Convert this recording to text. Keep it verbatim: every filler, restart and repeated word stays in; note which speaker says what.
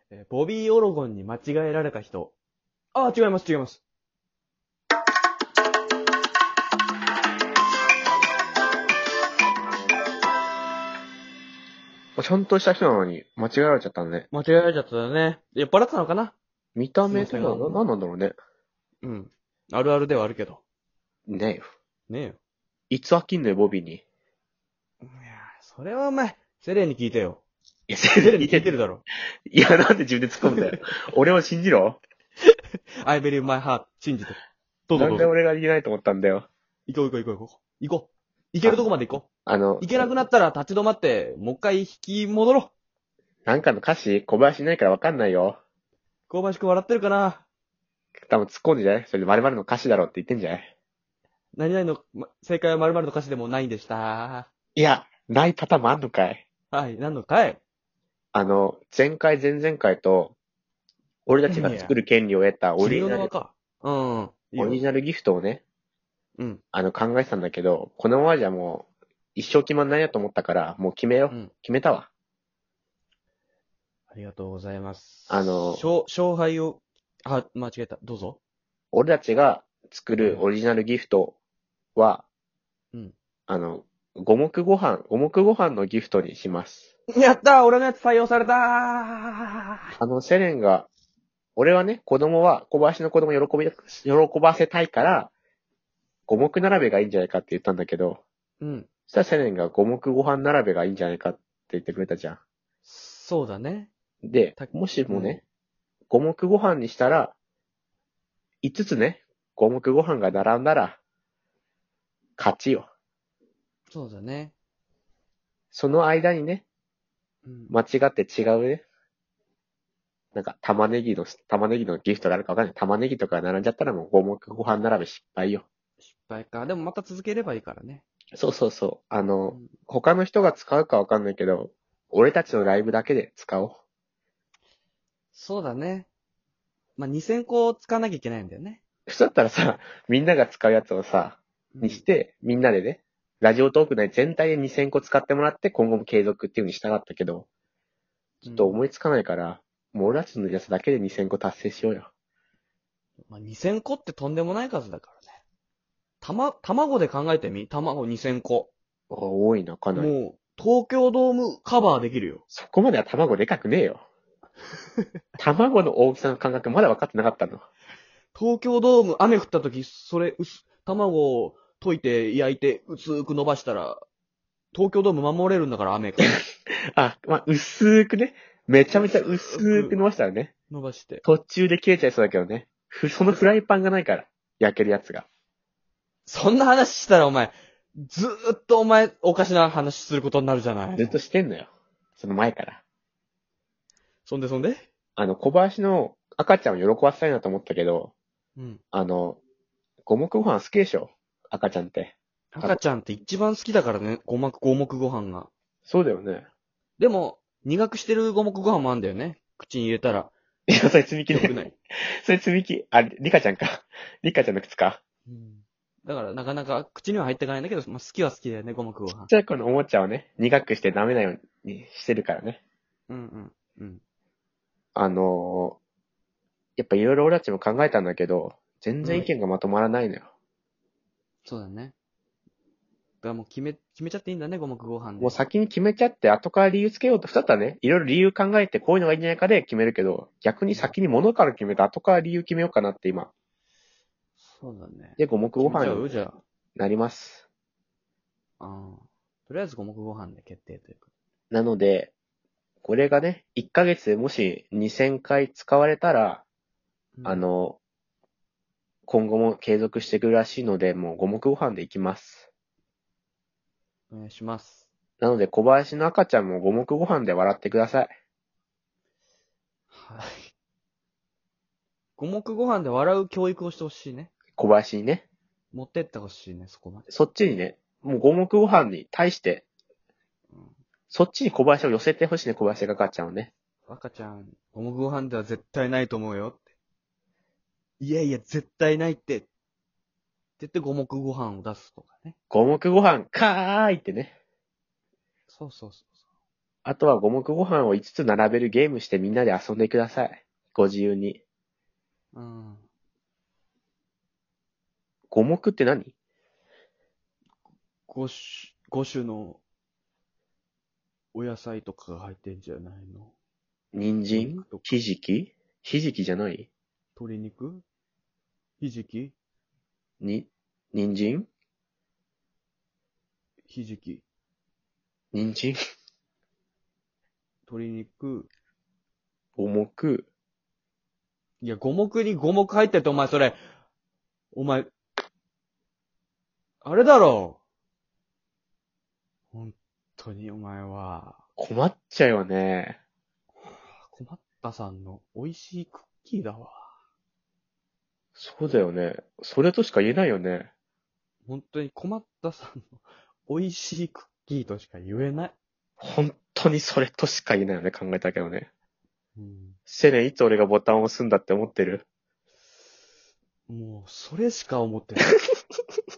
Speaker 1: えーボビー・オロゴンに間違えられた人。ああ、違います、違います。
Speaker 2: ちゃんとした人なのに間違えられちゃったね。
Speaker 1: 間違えられちゃったね。酔っ払ってたのかな。
Speaker 2: 見た目とか、
Speaker 1: すいません
Speaker 2: な、なんなんだろうね。
Speaker 1: うん。あるあるではあるけど。
Speaker 2: ねえよ。
Speaker 1: ねえよ。
Speaker 2: いつ飽きんのよ、ボビーに。
Speaker 1: いや、それはお前、セレンに聞いてよ。
Speaker 2: いや、
Speaker 1: セレンに聞いてるだろ。
Speaker 2: いや、なんで自分で突っ込むんだよ。俺を信じろ。
Speaker 1: I believe my heart. 信じて。どうぞ
Speaker 2: なんで
Speaker 1: どうぞ。
Speaker 2: 俺が言えないと思ったんだよ。
Speaker 1: 行こう行こう行こう行こう。行こう。行けるとこまで行こ
Speaker 2: あの
Speaker 1: う。、行けなくなったら立ち止まって、もう一回引き戻ろ
Speaker 2: なんかの歌詞、小林いないからわかんないよ。
Speaker 1: う。小林くん笑ってるかな。
Speaker 2: 多分突っ込んでんじゃないそれで〇〇の歌詞だろって言ってんじゃない
Speaker 1: 何々の、ま正解は〇〇の歌詞でもないんでした。
Speaker 2: いや、ないパターンもあんのかい。
Speaker 1: はい、何のかい。
Speaker 2: あの、前回前々回と、俺たちが作る権利を得たオリ
Speaker 1: 君
Speaker 2: ジナル、
Speaker 1: の名はか。うん、うん。いいよ。
Speaker 2: オリジナルギフトをね、
Speaker 1: うん、
Speaker 2: あの考えてたんだけど、このままじゃもう、一生決まんないなと思ったから、もう決めよう。
Speaker 1: うん。
Speaker 2: 決めたわ。
Speaker 1: ありがとうございます。
Speaker 2: あの
Speaker 1: 勝、勝敗を、あ、間違えた。どうぞ。
Speaker 2: 俺たちが作るオリジナルギフトは、
Speaker 1: うん。
Speaker 2: あの、五目ご飯、五目ご飯のギフトにします。
Speaker 1: やったー、俺のやつ採用されたー。
Speaker 2: あの、セレンが、俺はね、子供は、小林の子供を喜び、喜ばせたいから、五目並べがいいんじゃないかって言ったんだけど、
Speaker 1: うん。
Speaker 2: そしたらセレンが五目ご飯並べがいいんじゃないかって言ってくれたじゃ
Speaker 1: そうだね。
Speaker 2: ん。で
Speaker 1: た、
Speaker 2: もしもね、五目ご飯にしたら、五つね、五目ご飯が並んだら、勝ちよ。
Speaker 1: そうだね。
Speaker 2: その間にね、
Speaker 1: うん。
Speaker 2: 間違って違うね、なんか玉ねぎの、玉ねぎのギフトがあるかわかんない。玉ねぎとか並んじゃったらもう五目ご飯並べ失敗よ。
Speaker 1: 失敗か。でもまた続ければいいからね。
Speaker 2: そうそうそう。あ
Speaker 1: う
Speaker 2: の、
Speaker 1: ん。
Speaker 2: 他の人が使うかわかんないけど、俺たちのライブだけで使おう。
Speaker 1: そうだね。まあ、にせんこ使わなきゃいけないんだよね。
Speaker 2: そしたったらさ、みんなが使うやつをさ、
Speaker 1: うん
Speaker 2: にして、みんなでね、ラジオトーク内全体でにせんこ使ってもらって今後も継続っていう風にしたかったけど、ちょっと思いつかないから、もう俺たちのやつだけでにせんこ達成しようよ。
Speaker 1: まあ、にせんこってとんでもない数だからね。たま、卵で考えてみ卵にせんこ。
Speaker 2: あ多いな、かなり。
Speaker 1: もう、東京ドームカバーできるよ。
Speaker 2: そこまでは卵でかくねえよ。卵の大きさの感覚まだ分かってなかったの。
Speaker 1: 東京ドーム雨降った時、それ、うす、卵を溶いて焼いて薄く伸ばしたら、東京ドーム守れるんだから雨から。
Speaker 2: あ、まあ、薄くね。めちゃめちゃ薄く伸ばしたらね。
Speaker 1: 伸ばして。
Speaker 2: 途中で切れちゃいそうだけどね。ふそのフライパンがないから。焼けるやつが。
Speaker 1: そんな話したらお前、ずーっとお前、おかしな話することになるじゃない
Speaker 2: ずっとしてんのよ。その前から。
Speaker 1: そんでそんで
Speaker 2: あの、小林の赤ちゃんを喜ばせたいなと思ったけど、
Speaker 1: うん。
Speaker 2: あの、五目ご飯好きでしょ赤ちゃんって。
Speaker 1: 赤ちゃんって一番好きだからね、五目、五目ご飯が。
Speaker 2: そうだよね。
Speaker 1: でも、苦くしてる五目ご飯もあんだよね。口に入れたら。
Speaker 2: いや、それ積み木ね。
Speaker 1: 良くない。
Speaker 2: それ積み木。あ、リカちゃんか。リカちゃんの靴か。
Speaker 1: うん。だから、なかなか口には入っていかないんだけど、まあ、好きは好きだよね、五目ご飯。
Speaker 2: ちっちゃい子のおもちゃをね、苦くしてダメなようにしてるからね。
Speaker 1: うんうん。うん。
Speaker 2: あのーやっぱいろいろ俺たちも考えたんだけど、全然意見がまとまらないのよ。
Speaker 1: そうだね。だからもう決め、決めちゃっていいんだね、五目ご飯で。
Speaker 2: もう先に決めちゃって後から理由つけようと、ふたったらね、いろいろ理由考えてこういうのがいいんじゃないかで決めるけど、逆に先に物から決めて後から理由決めようかなって今。
Speaker 1: そうだね。
Speaker 2: で、五目ご
Speaker 1: 決めちゃ
Speaker 2: 飯に
Speaker 1: うじゃ
Speaker 2: なります。
Speaker 1: あ。ああ。とりあえず五目ご飯で決定というか。
Speaker 2: なので、これがね、いっかげつでもしにせんかい使われたら、
Speaker 1: うん
Speaker 2: あ、の、今後も継続していくらしいので、もう五目ご飯でいきます。
Speaker 1: お願いします。
Speaker 2: なので、小林の赤ちゃんも五目ご飯で笑ってください。
Speaker 1: はい。五目ご飯で笑う教育をしてほしいね。
Speaker 2: 小林にね。
Speaker 1: 持ってってほしいね、そこまで。
Speaker 2: そっちにね、もう五目ご飯に対して、
Speaker 1: うん
Speaker 2: そっちに小林を寄せてほしいね、小林が赤ちゃんをね。
Speaker 1: 赤ちゃん、五目ご飯では絶対ないと思うよって。いやいや、絶対ないって。って言って五目ご飯を出すとかね。
Speaker 2: 五目ご飯かーいってね。
Speaker 1: そうそうそうそ
Speaker 2: あとは五目ご飯をいつつ並べるゲームしてみんなで遊んでください。ご自由に。
Speaker 1: うん。
Speaker 2: 五目って何？
Speaker 1: 五種、五種のお野菜とかが入ってんじゃないの？
Speaker 2: 人参？
Speaker 1: お肉とか
Speaker 2: ひじき？ひじきじゃない？
Speaker 1: 鶏肉？ひじき？
Speaker 2: に、人参？
Speaker 1: ひじき？
Speaker 2: 人参？
Speaker 1: 鶏肉？
Speaker 2: 五目？
Speaker 1: いや、五目に五目入ってるってお前それ、お前、あれだろ本当にお前は、
Speaker 2: 困っちゃうよね。
Speaker 1: 困ったさんの美味しいクッキーだわ。
Speaker 2: そうだよね。それとしか言えないよね。
Speaker 1: 本当に困ったさんの美味しいクッキーとしか言えない。
Speaker 2: 本当にそれとしか言えないよね、考えたけどね。
Speaker 1: うん、
Speaker 2: セレンいつ俺がボタンを押すんだって思ってる？
Speaker 1: もう、それしか思ってない。